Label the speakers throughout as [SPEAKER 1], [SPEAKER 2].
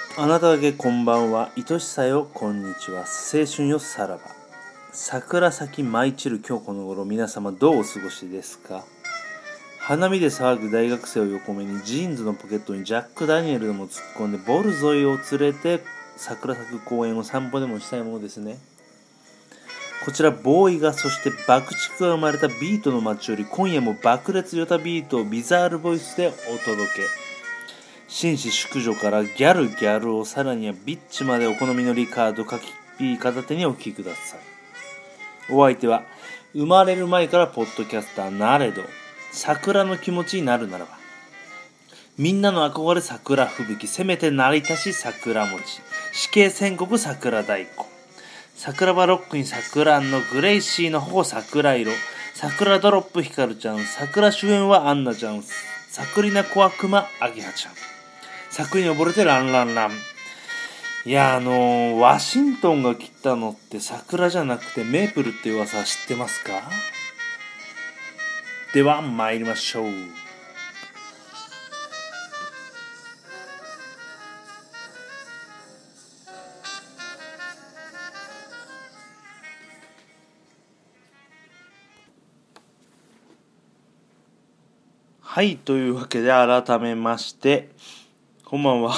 [SPEAKER 1] あなただけこんばんは。愛しさよこんにちは。青春よさらば。桜咲き舞い散る今日この頃、皆様どうお過ごしですか？花見で騒ぐ大学生を横目に、ジーンズのポケットにジャック・ダニエルでも突っ込んで、ボルゾイを連れて桜咲く公園を散歩でもしたいものですね。こちらボーイが、そして爆竹が生まれたビートの街より、今夜も爆裂ヨタビートをビザールボイスでお届け。紳士淑女からギャルを、さらにはビッチまで、お好みのリカード書きピー片手にお聞きください。お相手は生まれる前からポッドキャスターなれど、桜の気持ちになるならば、みんなの憧れ桜吹雪、せめて成り立ち桜餅、死刑宣告桜大根、桜庭ロックに桜のグレイシーの頬桜色、桜ドロップひかるちゃん、桜主演はアンナちゃん、桜リナコアクマアゲハちゃん、桜に溺れてランランラン。いや、ワシントンが切ったのって桜じゃなくてメープルって噂知ってますか？では参りましょう。はい、というわけで改めましてこんばんは。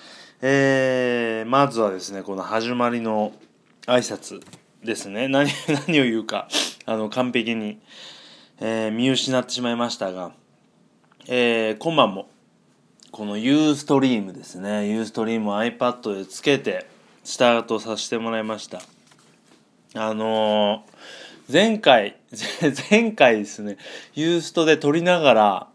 [SPEAKER 1] まずはですね、この始まりの挨拶ですね。何を言うか完璧に、見失ってしまいましたが、今晩もこのユーストリームですね。ユーストリームを iPad でつけてスタートさせてもらいました。前回ですね、ユーストで撮りながら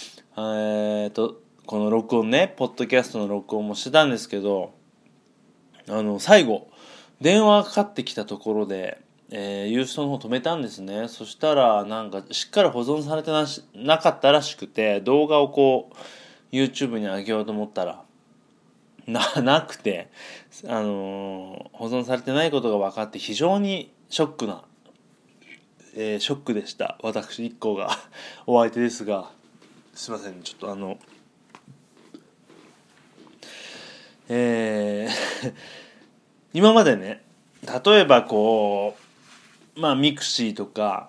[SPEAKER 1] この録音ね、ポッドキャストの録音もしてたんですけど、最後電話がかかってきたところで、ユーストの方止めたんですね。そしたらなんかしっかり保存されてなかったらしくて、動画をこう YouTube に上げようと思ったらなくて、保存されてないことが分かって非常にショックでした。私一行がお相手ですが、すいません、ちょっと今までね、例えばこうミクシーとか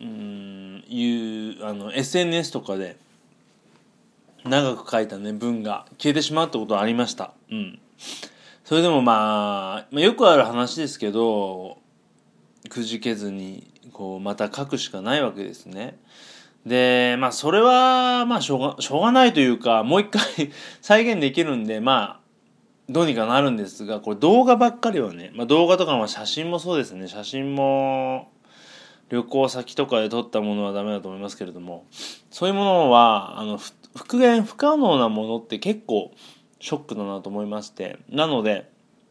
[SPEAKER 1] SNS とかで長く書いたね文が消えてしまうってことはありました。それでもよくある話ですけど、くじけずにこうまた書くしかないわけですね。でそれはしょうがないというか、もう一回再現できるんでどうにかなるんですが、これ動画ばっかりはね、動画とか写真もそうですね。写真も旅行先とかで撮ったものはダメだと思いますけれども、そういうものは復元不可能なものって結構ショックだなと思いまして、なので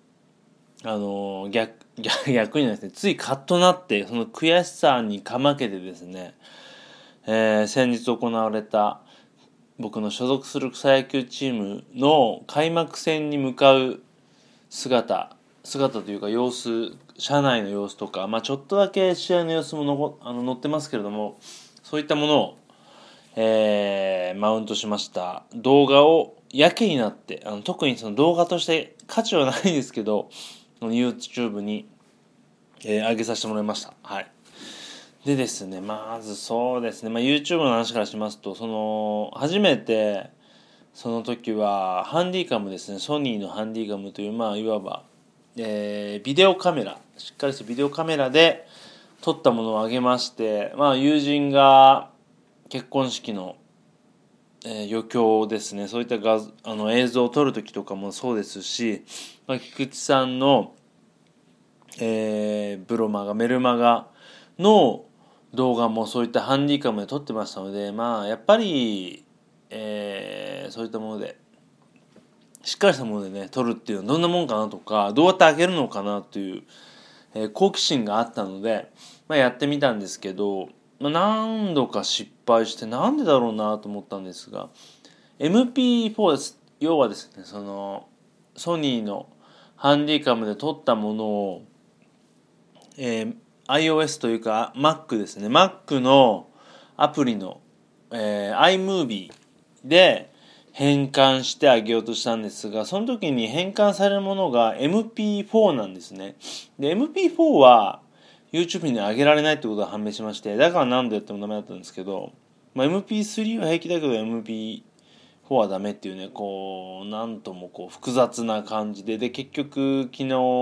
[SPEAKER 1] 逆にですね、ついカッとなってその悔しさにかまけてですね、先日行われた僕の所属する草野球チームの開幕戦に向かう姿というか様子、社内の様子とか、ちょっとだけ試合の様子も載ってますけれども、そういったものを、マウントしました動画をやけになって、特にその動画として価値はないんですけど、YouTube に、上げさせてもらいました。はい。でですね、まずそうですね、YouTube の話からしますと、初めてその時はハンディカムですね、ソニーのハンディカムといういわば、ビデオカメラ、しっかりしたビデオカメラで撮ったものをあげまして、友人が結婚式の、余興ですね、そういった映像を撮る時とかもそうですし、菊池さんの、メルマガの動画もそういったハンディカムで撮ってましたので、やっぱり、そういったものでしっかりしたものでね撮るっていうのはどんなもんかなとか、どうやってあげるのかなという、好奇心があったので、やってみたんですけど、何度か失敗してなんでだろうなと思ったんですが、 MP4 です。要はですね、そのソニーのハンディカムで撮ったものを、iOS というか Mac ですね、 Mac のアプリの、iMovie で変換してあげようとしたんですが、その時に変換されるものが MP4 なんですね。で MP4 は YouTube に上げられないってことが判明しまして、だから何度やってもダメだったんですけど、MP3 は平気だけど MP4 はダメっていうね、こうなんともこう複雑な感じで、結局昨日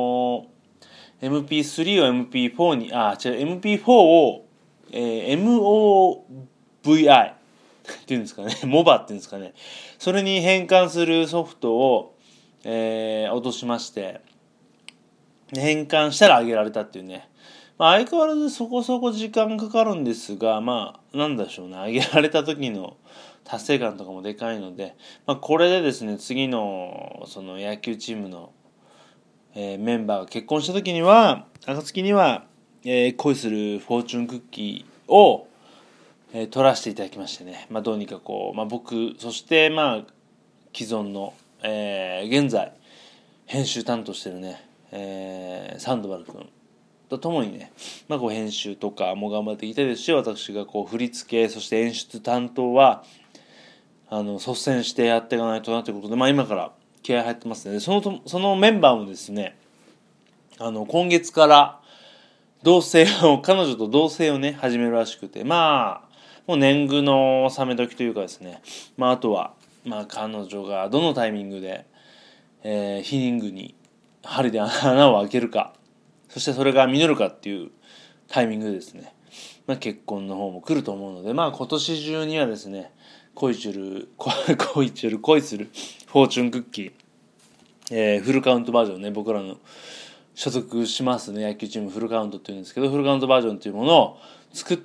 [SPEAKER 1] MP3 を MP4 にMP4 を、MOVI っていうんですかね、モバっていうんですかね、それに変換するソフトを、落としまして、変換したら上げられたっていうね。相変わらずそこそこ時間かかるんですが、なんでしょうね、上げられた時の達成感とかもでかいので、これでですね、次のその野球チームの、メンバーが結婚した時には、暁には、恋するフォーチュンクッキーを、撮らせていただきましてね、どうにかこう、僕そして既存の、現在編集担当してるね、サンドバル君とともにね、こう編集とかも頑張っていきたいですし、私がこう振り付けそして演出担当は率先してやっていかないとなということで、今から気合入ってますね。そのメンバーもですね、今月から彼女と同棲をね始めるらしくて、もう年貢の納め時というかですね、あとは彼女がどのタイミングで、避妊具に針で穴を開けるか、そしてそれが実るかっていうタイミングでですね、結婚の方も来ると思うので、今年中にはですね、恋するフォーチュンクッキー、フルカウントバージョンね、僕らの所属しますね野球チームフルカウントっていうんですけど、フルカウントバージョンっていうものを作って、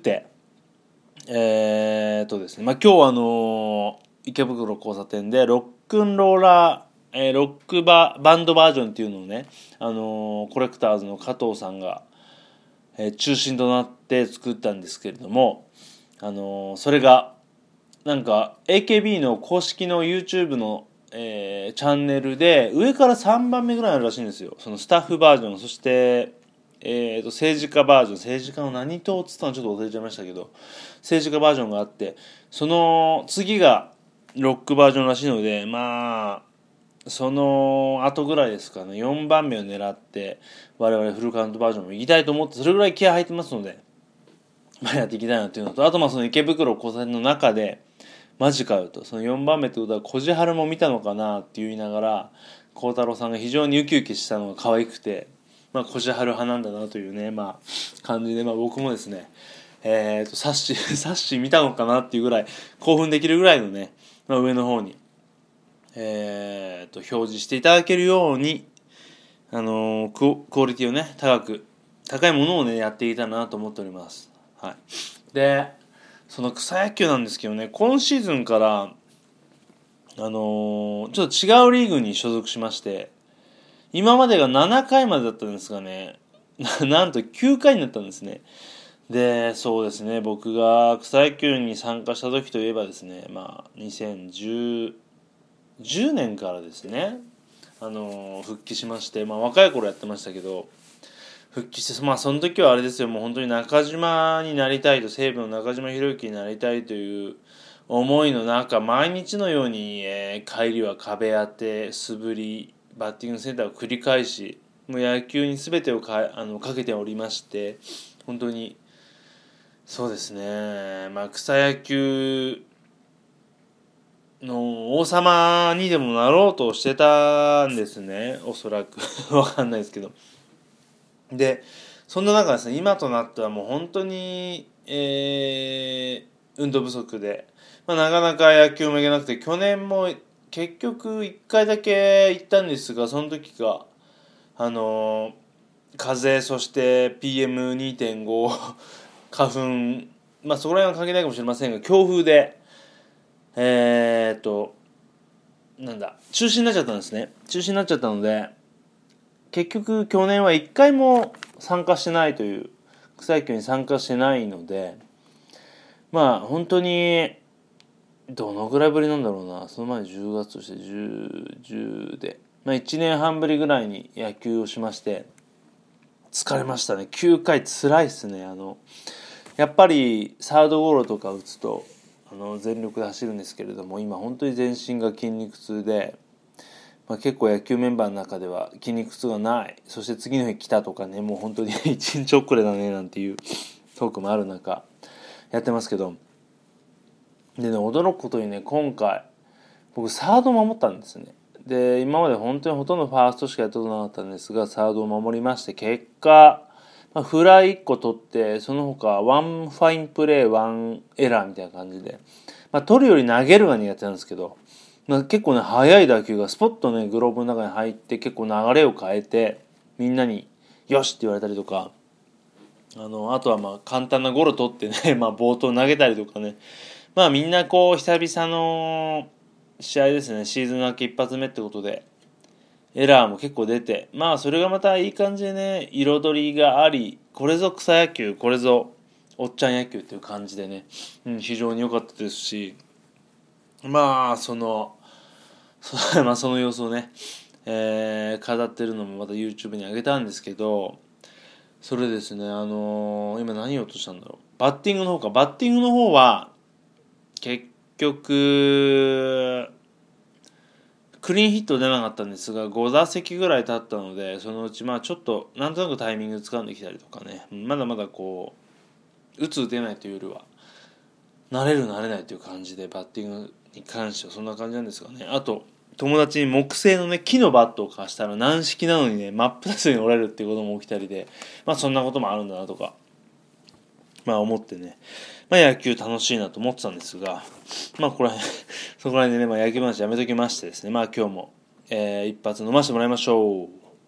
[SPEAKER 1] ですね、今日池袋交差点でロックンローラー、ロックバンドバージョンっていうのをね、コレクターズの加藤さんが、中心となって作ったんですけれども、それがなんか AKB の公式の YouTube の、チャンネルで上から3番目ぐらいあるらしいんですよ。そのスタッフバージョン、そして、政治家バージョン、政治家の何党っつったのちょっと忘れちゃいましたけど、政治家バージョンがあって、その次がロックバージョンらしいので、その後ぐらいですかね、4番目を狙って我々フルカウントバージョンも行きたいと思って、それぐらい気合入ってますので、やっていきたいなっていうのと、あとその池袋交差点の中でマジかよと、その4番目ってことは小路春も見たのかなって言いながら、孝太郎さんが非常にウキウキしたのが可愛くて、小路春派なんだなというね、感じで、僕もですね、サッシー見たのかなっていうぐらい興奮できるぐらいのね、上の方に、表示していただけるように、クオリティをね高いものをねやっていきたいなと思っております。はい。で、その草野球なんですけどね、今シーズンからちょっと違うリーグに所属しまして、今までが7回までだったんですがね、なんと9回になったんですね。で、そうですね、僕が草野球に参加した時といえばですね、2010年からですね、復帰しまして、若い頃やってましたけど、復帰して、その時はあれですよ、もう本当に中島になりたいと、西武の中島博之になりたいという思いの中、毎日のように、帰りは壁当て、素振り、バッティングセンターを繰り返し、もう野球に全てをかけておりまして、本当にそうですね、草野球の王様にでもなろうとしてたんですね、おそらくわかんないですけど。でそんな中ですね、今となってはもう本当に、運動不足で、なかなか野球も行けなくて、去年も結局1回だけ行ったんですが、その時が風、そして PM2.5 花粉、そこら辺は関係ないかもしれませんが、強風で中止になっちゃったんですね。中止になっちゃったので、結局去年は1回も参加してないという、草野球に参加してないので、本当にどのぐらいぶりなんだろうな、その前10月として10で、1年半ぶりぐらいに野球をしまして、疲れましたね。9回辛いっすね。やっぱりサードゴロとか打つと全力で走るんですけれども、今本当に全身が筋肉痛で、結構野球メンバーの中では筋肉痛がない、そして次の日来たとかね、もう本当に1日遅れだねなんていうトークもある中やってますけど、でね、驚くことにね、今回僕サード守ったんですね。で、今まで本当にほとんどファーストしかやったことなかったんですが、サードを守りまして、結果、フライ1個取って、その他ワンファインプレーワンエラーみたいな感じで、取るより投げるが苦手なんですけど、結構ね、速い打球がスポッとねグローブの中に入って、結構流れを変えてみんなによしって言われたりとか、あとは簡単なゴロ取ってね冒頭投げたりとかね、みんなこう久々の試合ですね。シーズン明け一発目ってことでエラーも結構出て、それがまたいい感じでね、彩りがあり、これぞ草野球、これぞおっちゃん野球っていう感じでね、非常に良かったですし、その様子をね、飾ってるのもまた YouTube に上げたんですけど、それですね、今何を落としたんだろう。バッティングの方は結局クリーンヒット出なかったんですが、5打席ぐらい経ったので、そのうちちょっとなんとなくタイミング掴んできたりとかね、まだまだこう打つ打てないというよりは慣れる慣れないという感じで、バッティングに関してはそんな感じなんですがね。あと友達に木製のね木のバットを貸したら軟式なのにね真っ二つに折れるっていうことも起きたりで、そんなこともあるんだなとか思ってね、野球楽しいなと思ってたんですが、そこら辺でね、野球話やめときましてですね、今日も、一発飲ませてもらいましょう。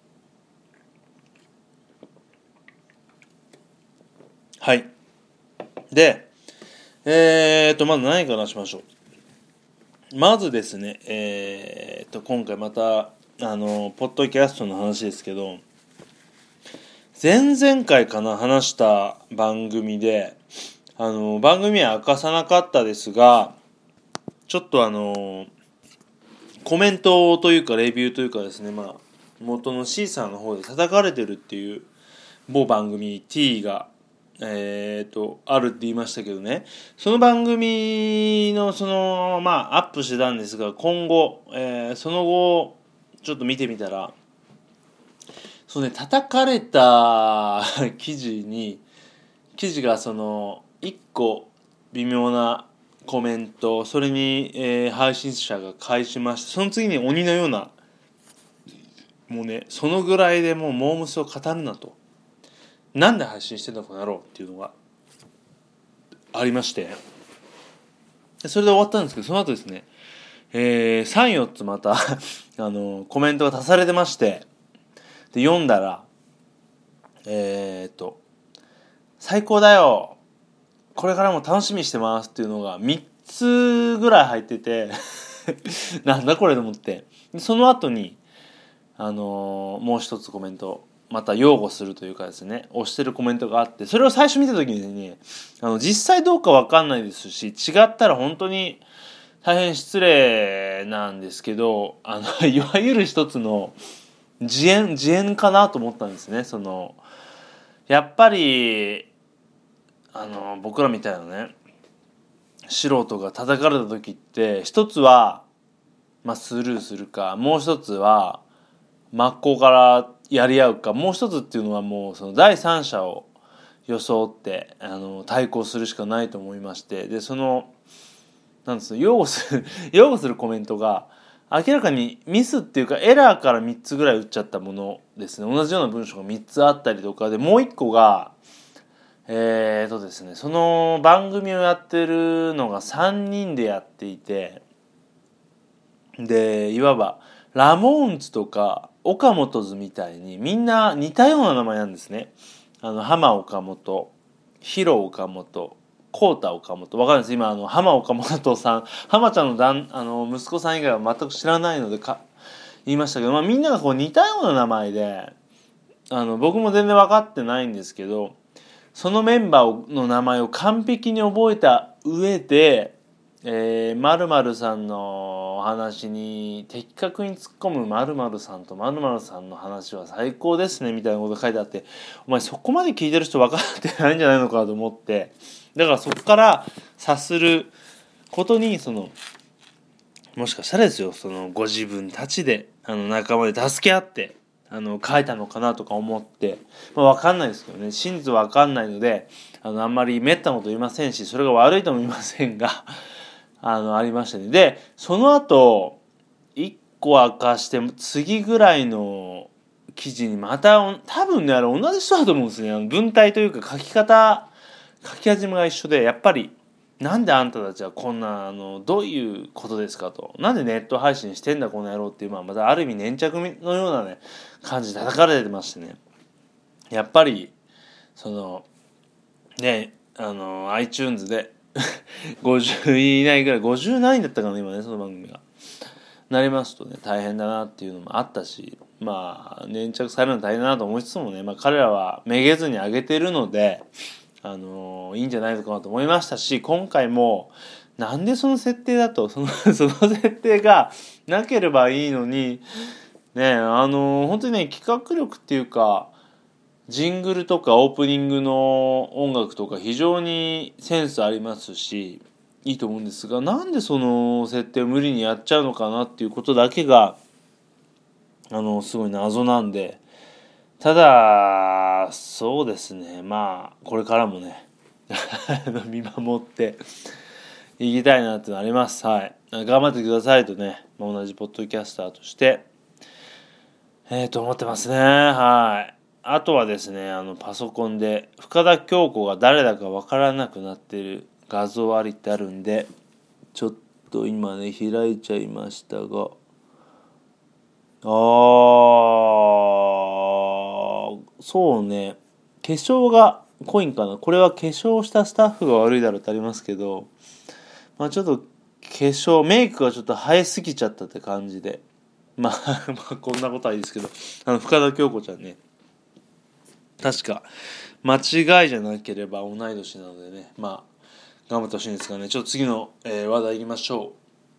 [SPEAKER 1] はい。で、まず何から話しましょう。まずですね、今回またポッドキャストの話ですけど、前々回かな話した番組で、番組は明かさなかったですが、ちょっとコメントというかレビューというかですね、元の C さんの方で叩かれてるっていう某番組 T があるって言いましたけどね、その番組のアップしてたんですが、今後、その後ちょっと見てみたら、叩かれた記事が1個微妙なコメント、それに、配信者が返しまして、その次に鬼のような、もうねそのぐらいでもうモームスを語るなと、なんで配信してんのこの野郎っていうのがありまして、それで終わったんですけど、その後ですね、3、4つまたコメントが足されてまして、で読んだら最高だよ、これからも楽しみにしてますっていうのが3つぐらい入っててなんだこれと思って、その後にもう一つコメント、また擁護するというかですね、押してるコメントがあって、それを最初見た時にね、実際どうか分かんないですし、違ったら本当に大変失礼なんですけど、いわゆる一つの自演かなと思ったんですね。やっぱり僕らみたいなね素人が叩かれた時って、一つはスルーするか、もう一つは真っ向からやり合うか、もう一つっていうのはもうその第三者を装って対抗するしかないと思いまして、でなんです擁護するコメントが明らかにミスっていうかエラーから3つぐらい打っちゃったものですね。同じような文章が3つあったりとかで、もう1個がですね、その番組をやってるのが3人でやっていて、でいわばラモーンズとかオカモトズみたいにみんな似たような名前なんですね。浜岡本、ヒロ岡本、コータ岡本、わかるんです。今浜岡本さん、浜ちゃんの息子さん以外は全く知らないので言いましたけど、みんながこう似たような名前で、僕も全然分かってないんですけど、そのメンバーの名前を完璧に覚えた上で、〇〇さんの話に的確に突っ込む〇〇さんと〇〇さんの話は最高ですねみたいなことが書いてあって、お前そこまで聞いてる人分かってないんじゃないのかと思って、だからそこから察することにもしかしたらですよ、ご自分たちで仲間で助け合って書いたのかなとか思って、分かんないですけどね、真実は分かんないのであんまりめったなこと言いませんし、それが悪いとも言いませんがありましたね。でその後1個明かして次ぐらいの記事にまた多分ね同じ人だと思うんですね。文体というか書き始めが一緒で、やっぱりなんであんたたちはこんなどういうことですかと、なんでネット配信してんだこの野郎っていう、またある意味粘着のようなね感じで叩かれてましてね、やっぱりiTunes で50位以内ぐらい、50何位だったかな今ね、その番組がなりますとね大変だなっていうのもあったし、粘着されるの大変だなと思いつつもね、彼らはめげずに上げてるのでいいんじゃないのかなと思いましたし、今回もなんでその設定だとその設定がなければいいのにね、本当にね企画力っていうかジングルとかオープニングの音楽とか非常にセンスありますしいいと思うんですが、なんでその設定を無理にやっちゃうのかなっていうことだけがすごい謎なんで、ただそうですね、これからもね見守っていきたいなってのあります。はい、頑張ってくださいとね、同じポッドキャスターとしてと思ってますね。はい。あとはですね、パソコンで深田恭子が誰だかわからなくなっている画像ありってあるんで、ちょっと今ね開いちゃいましたが、そうね、化粧が濃いんかな。これは化粧したスタッフが悪いだろうってありますけど、ちょっと化粧メイクがちょっと生えすぎちゃったって感じで、こんなことはいいですけど、深田恭子ちゃんね、確か間違いじゃなければ同い年なのでね、頑張ってほしいんですがね。ちょっと次の、話題いきましょう。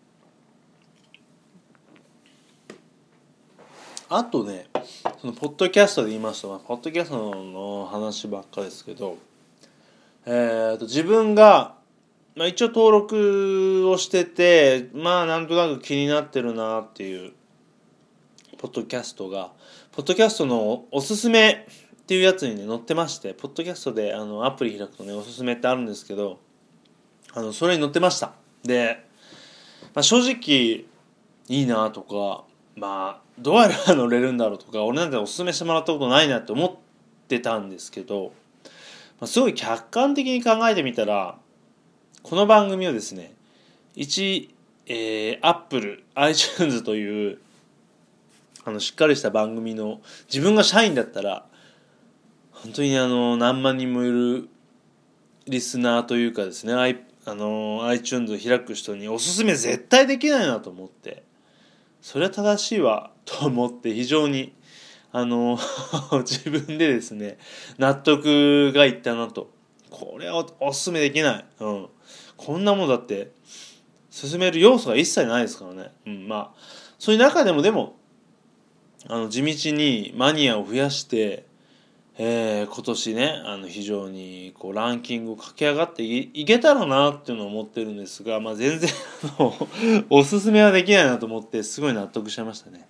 [SPEAKER 1] あとね、そのポッドキャストで言いますと、ポッドキャストの話ばっかですけど、自分が、一応登録をしてて、なんとなく気になってるなっていうポッドキャストのおすすめっていうやつにね載ってまして、ポッドキャストでアプリ開くとねおすすめってあるんですけど、それに載ってました。で、正直いいなとか、どうやれば乗れるんだろうとか、俺なんておすすめしてもらったことないなって思ってたんですけど、すごい客観的に考えてみたら、この番組をですね、Apple iTunes というしっかりした番組の自分が社員だったら本当に何万人もいるリスナーというかですね、iTunes を開く人におすすめ絶対できないなと思って、それは正しいわと思って非常に自分でですね納得がいったなと。これはおすすめできない、こんなものだって進める要素が一切ないですからね。そういう中でも地道にマニアを増やして、今年ね非常にランキングを駆け上がっていけたらなっていうのを思ってるんですが、全然おすすめはできないなと思ってすごい納得しちゃいましたね。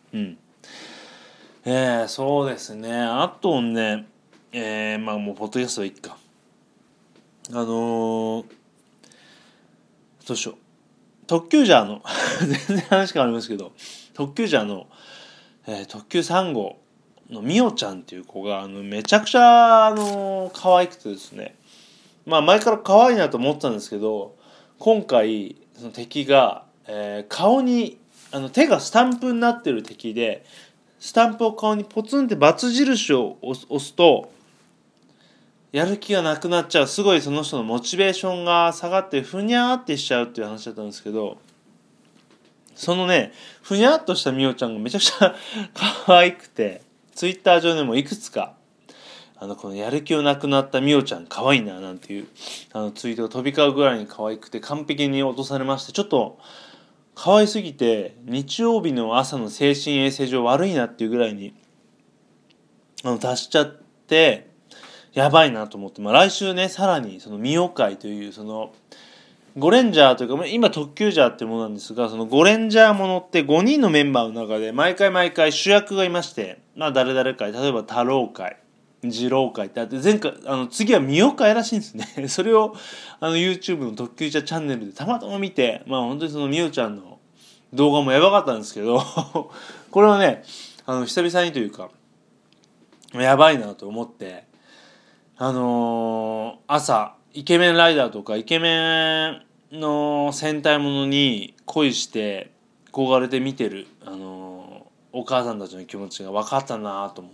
[SPEAKER 1] そうですね。あとね、もうポッドキャストはいいか。どうしよう。特急ジャーの全然話変わりますけど、特急ジャーの、特急3号のみおちゃんっていう子がめちゃくちゃ可愛くてですね、前から可愛いなと思ってたんですけど、今回その敵が、顔に手がスタンプになってる敵で、スタンプを顔にポツンって×印を押すとやる気がなくなっちゃう、すごいその人のモチベーションが下がってふにゃーってしちゃうっていう話だったんですけど、そのねふにゃっとしたみおちゃんがめちゃくちゃ可愛くて、ツイッター上でもいくつかこのやる気をなくなったみおちゃん可愛いななんていうツイートが飛び交うぐらいに可愛くて完璧に落とされまして、ちょっと可愛すぎて日曜日の朝の精神衛生上悪いなっていうぐらいに達しちゃってやばいなと思って、来週ねさらにそのみお会というそのゴレンジャーというか今特急ジャーっていうものなんですが、そのゴレンジャーものって5人のメンバーの中で毎回主役がいまして、誰々会、例えば太郎会、次郎会ってあって、次はミオ会らしいんですね。それをYouTube の特急ジャーチャンネルでたまたま見て、本当にそのミオちゃんの動画もやばかったんですけどこれはね久々にというかやばいなと思って、朝イケメンライダーとかイケメンの戦隊ものに恋して憧れて見てる、お母さんたちの気持ちが分かったなと思って、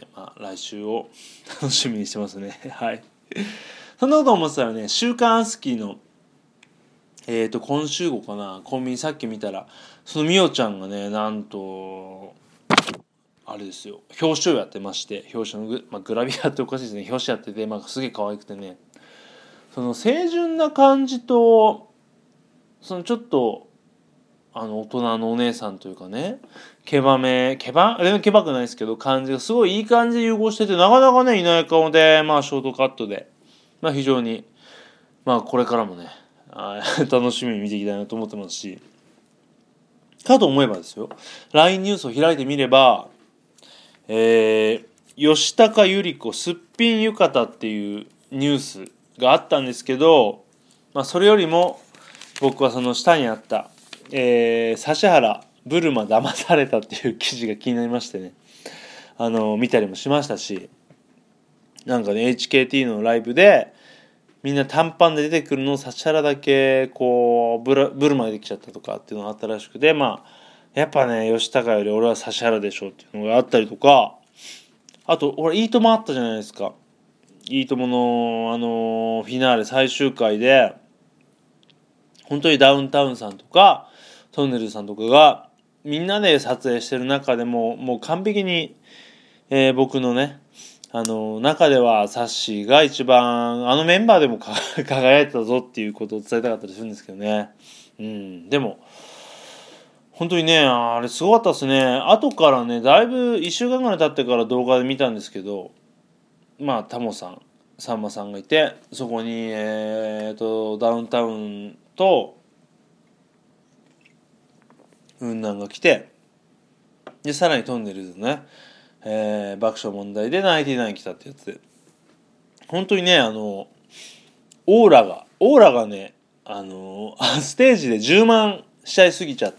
[SPEAKER 1] 来週を楽しみにしてますねはいそんなこと思ってたらね、週刊アスキーの今週号かな、コンビニさっき見たらそのみおちゃんがね、なんとあれですよ、表紙をやってまして、表紙のグラビアっておかしいですね、表紙やってて、すげえ可愛くてね、その清純な感じとそのちょっと大人のお姉さんというかね、全然ケバくないですけど感じがすごいいい感じで融合してて、なかなかねいない顔でショートカットで非常にこれからもね楽しみに見ていきたいなと思ってますし、かと思えばですよ、 LINE ニュースを開いてみれば吉高由里子すっぴん浴衣っていうニュースがあったんですけど、それよりも僕はその下にあった指原ブルマ騙されたっていう記事が気になりましてね、見たりもしましたし、HKT のライブでみんな短パンで出てくるのを指原だけこうブルマでできちゃったとかっていうのがあったらしくて、やっぱね吉高より俺は指原でしょっていうのがあったりとか、あといいともあったじゃないですか。いいとものフィナーレ最終回で本当にダウンタウンさんとかトンネルズさんとかがみんなで撮影してる中でもう完璧に、僕のね中ではサッシーが一番メンバーでも輝いてたぞっていうことを伝えたかったりするんですけどね。でも本当にねあれすごかったですね。後からねだいぶ1週間ぐらい経ってから動画で見たんですけど、タモさんさんまさんがいて、そこにダウンタウンと雲南が来て、でさらにトンネルズのね、爆笑問題でナインティナイン来たってやつで、本当にねオーラがねステージで充満しちゃいすぎちゃって、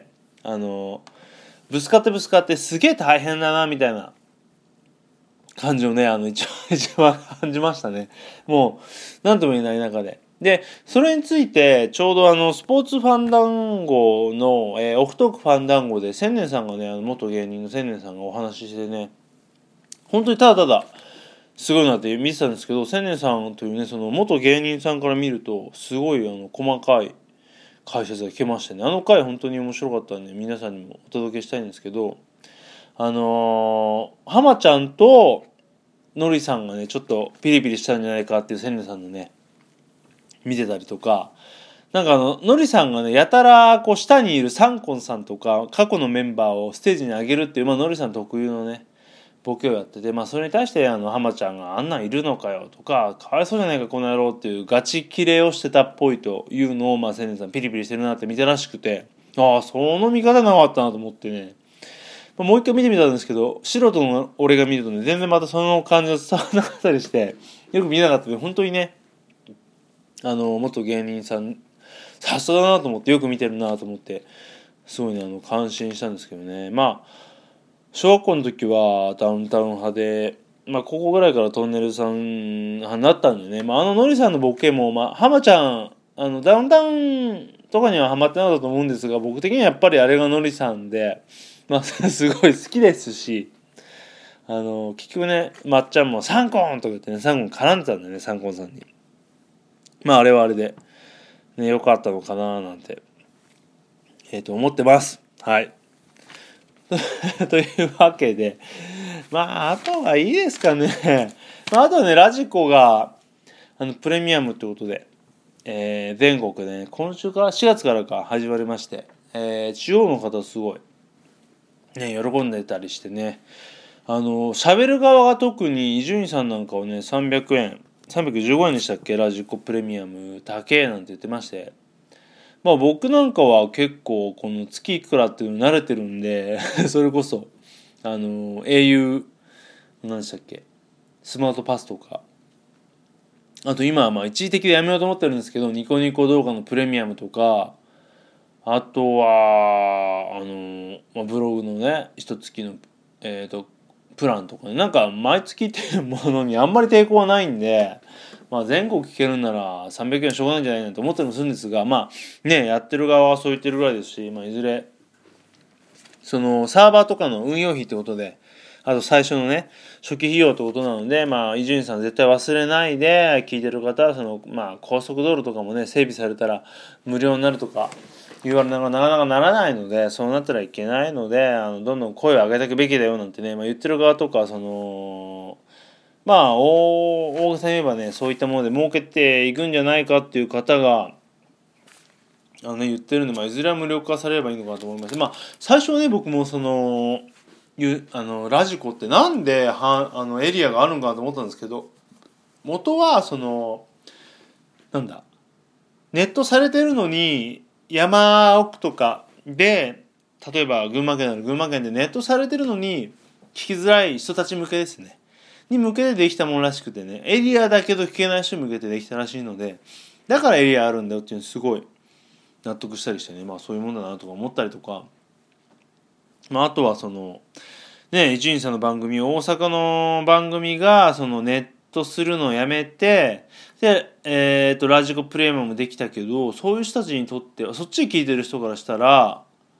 [SPEAKER 1] ぶつかってすげえ大変だなみたいな感じをね一番感じましたね。もう何とも言えない中でそれについてちょうどスポーツファンダンゴの、オフトークファンダンゴで千年さんがね元芸人の千年さんがお話ししてね、本当にただすごいなって見てたんですけど、千年さんというねその元芸人さんから見るとすごい細かい解説が聞けましてね、回本当に面白かったんで皆さんにもお届けしたいんですけど、浜ちゃんとのりさんがねちょっとピリピリしたんじゃないかっていう千年さんのね見てたりとか、のりさんがねやたらこう下にいるサンコンさんとか過去のメンバーをステージに上げるっていうのりさん特有のねボケをやってて、それに対して浜ちゃんがあんなんいるのかよとかかわいそうじゃないかこの野郎っていうガチキレをしてたっぽいというのを千年さんピリピリしてるなって見てらしくて、その見方なかったなと思ってね、もう一回見てみたんですけど、素人の俺が見るとね全然またその感じが伝わらなかったりしてよく見なかったので、本当にね元芸人さんさすがだなと思ってよく見てるなと思ってすごいね感心したんですけどね。小学校の時はダウンタウン派で、高校ぐらいからトンネルさん派になったんでね、のりさんのボケも浜ちゃんダウンタウンとかにはハマってなかったと思うんですが、僕的にはやっぱりあれがのりさんで、すごい好きですし、結局ねまっちゃんもサンコンとか言ってねサンコン絡んでたんだよね、サンコンさんに。あれはあれでね良かったのかななんて思ってます。はいというわけであとはいいですかねあとはねラジコがプレミアムってことで、全国でね今週から4月からか始まりまして、地方の方すごいね喜んでたりしてね、喋る側が特に伊集院さんなんかをね315円でしたっけ、ラジコプレミアム高えなんて言ってまして、 僕なんかは結構この月いくらっていうのに慣れてるんでそれこそau 何でしたっけ、スマートパスとか、あと今は一時的でやめようと思ってるんですけど、ニコニコ動画のプレミアムとか、あとはブログのね一月のプランとかね、なんか毎月っていうものにあんまり抵抗はないんで、全国聞けるなら300円しょうがないんじゃないなと思ったりもするんですが、やってる側はそう言ってるぐらいですし、いずれそのサーバーとかの運用費ってことで、あと最初のね初期費用ってことなので、伊集院さん絶対忘れないで聞いてる方は高速道路とかもね整備されたら無料になるとか言われながらなかなかならないので、そうなったらいけないので、どんどん声を上げていくべきだよなんてね、言ってる側とか大げさに言えばね、そういったもので儲けていくんじゃないかっていう方が言ってるんで、いずれは無料化されればいいのかなと思います。最初はね、僕もラジコってなんでエリアがあるんかなと思ったんですけど、元はネットされてるのに山奥とかで、例えば群馬県なら群馬県でネットされてるのに聞きづらい人たち向けですねに向けてできたものらしくてね、エリアだけど聞けない人に向けてできたらしいので、だからエリアあるんだよっていうのすごい納得したりしてね、そういうもんだなとか思ったりとか、あとは伊集院さんの番組、大阪の番組がネットするのをやめて、でラジコプレミアムできたけど、そういう人たちにとっては、そっち聞いてる人からしたら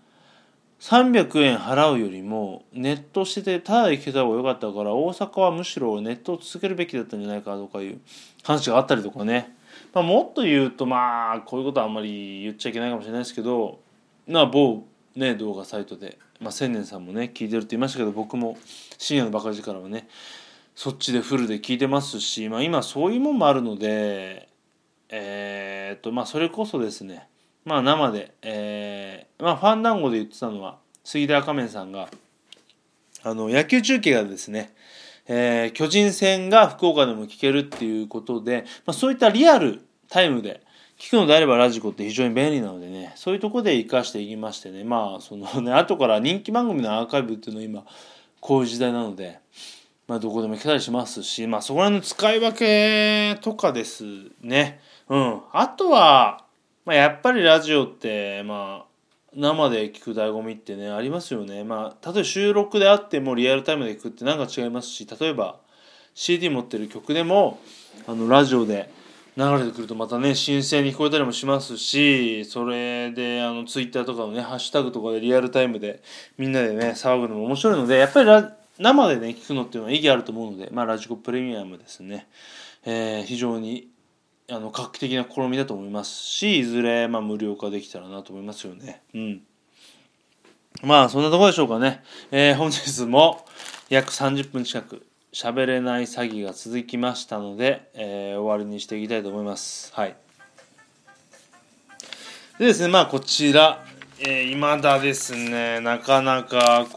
[SPEAKER 1] 300円払うよりもネットしててただで聞けた方が良かったから、大阪はむしろネットを続けるべきだったんじゃないかとかいう話があったりとかね、もっと言うとこういうことはあんまり言っちゃいけないかもしれないですけど、某ね動画サイトで、千年さんもね聞いてるって言いましたけど、僕も深夜のバカ力はねそっちでフルで聞いてますし、今そういうもんもあるので、それこそですね、生で、ファンダンゴで言ってたのは杉田赤面さんが野球中継がですね、巨人戦が福岡でも聞けるっていうことで、そういったリアルタイムで聞くのであればラジコって非常に便利なのでね、そういうところで活かしていきましてね、後から人気番組のアーカイブっていうのは今こういう時代なので、どこでも聞けたりしますし、そこら辺の使い分けとかですね。あとは、やっぱりラジオって生で聞く醍醐味ってねありますよね。例えば収録であってもリアルタイムで聞くってなんか違いますし、例えば CD 持ってる曲でもラジオで流れてくるとまたね新鮮に聞こえたりもしますし、それでツイッターとかのねハッシュタグとかでリアルタイムでみんなでね騒ぐのも面白いので、やっぱり生でね聞くのっていうのは意義あると思うので、ラジコプレミアムですね、非常に画期的な試みだと思いますし、いずれ無料化できたらなと思いますよね。そんなところでしょうかね。本日も約30分近く喋れない詐欺が続きましたので、終わりにしていきたいと思います。はい。でですね、こちら、未だですね、なかなか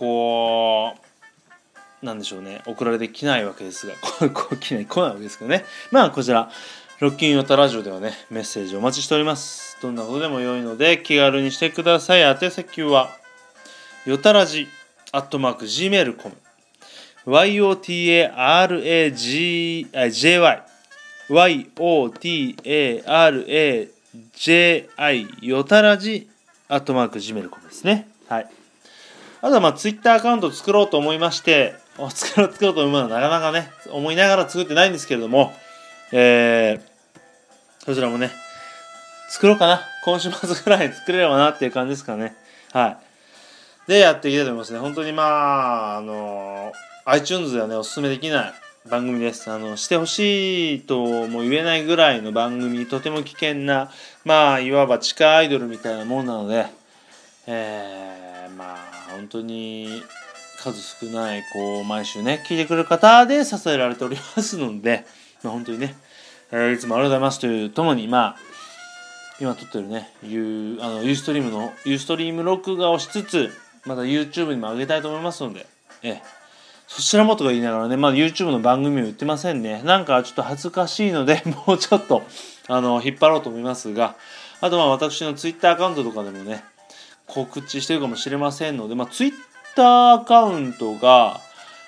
[SPEAKER 1] なんでしょうね、送られてきないわけですが、来ないわけですけどね。こちらロッキンヨタラジオではねメッセージお待ちしております。どんなことでも良いので気軽にしてください。宛先はよたらじ@gmail.com yotarajy よたらじ@gmail.com ですね。はい。あとはツイッターアカウントを作ろうと思いまして、作ろうと思うのはなかなかね思いながら作ってないんですけれども、そちらもね作ろうかな、今週末ぐらいに作れればなっていう感じですかね。はい。でやっていきたいと思いますね。本当にiTunes ではねおすすめできない番組です。してほしいとも言えないぐらいの番組、とても危険ないわば地下アイドルみたいなもんなので、本当に数少ない毎週ね聞いてくれる方で支えられておりますので、本当にね、いつもありがとうございますというともに、今撮ってるねユーストリーム録画をしつつ、また YouTube にも上げたいと思いますので、そちらもとか言いながらね、YouTube の番組を言ってませんね。なんかちょっと恥ずかしいのでもうちょっと引っ張ろうと思いますが、あと私のツイッターアカウントとかでもね告知してるかもしれませんので、ツイッターアカウントが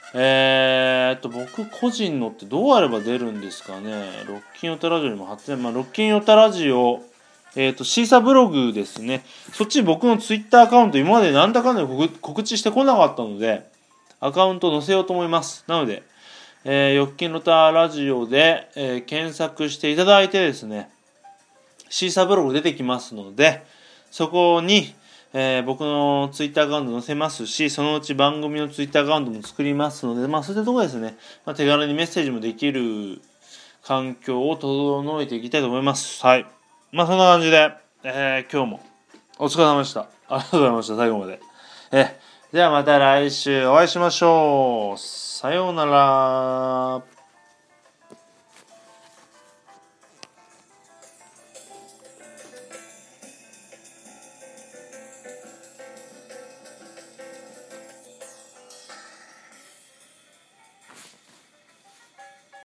[SPEAKER 1] 僕個人のってどうやれば出るんですかね。ロッキンオタラジオにも貼ってない、ロッキンオタラジオシーサブログですね。そっち僕のツイッターアカウント今までなんだかんだ告知してこなかったので、アカウント載せようと思います。なので、ヨッキンオタラジオで、検索していただいてですね、シーサブログ出てきますので、そこに僕のツイッターアカウント載せますし、そのうち番組のツイッターアカウントも作りますので、そういったところですね、手軽にメッセージもできる環境を整えていきたいと思います。はい。そんな感じで、今日もお疲れ様でした。ありがとうございました。最後まで。ではまた来週お会いしましょう。さようなら。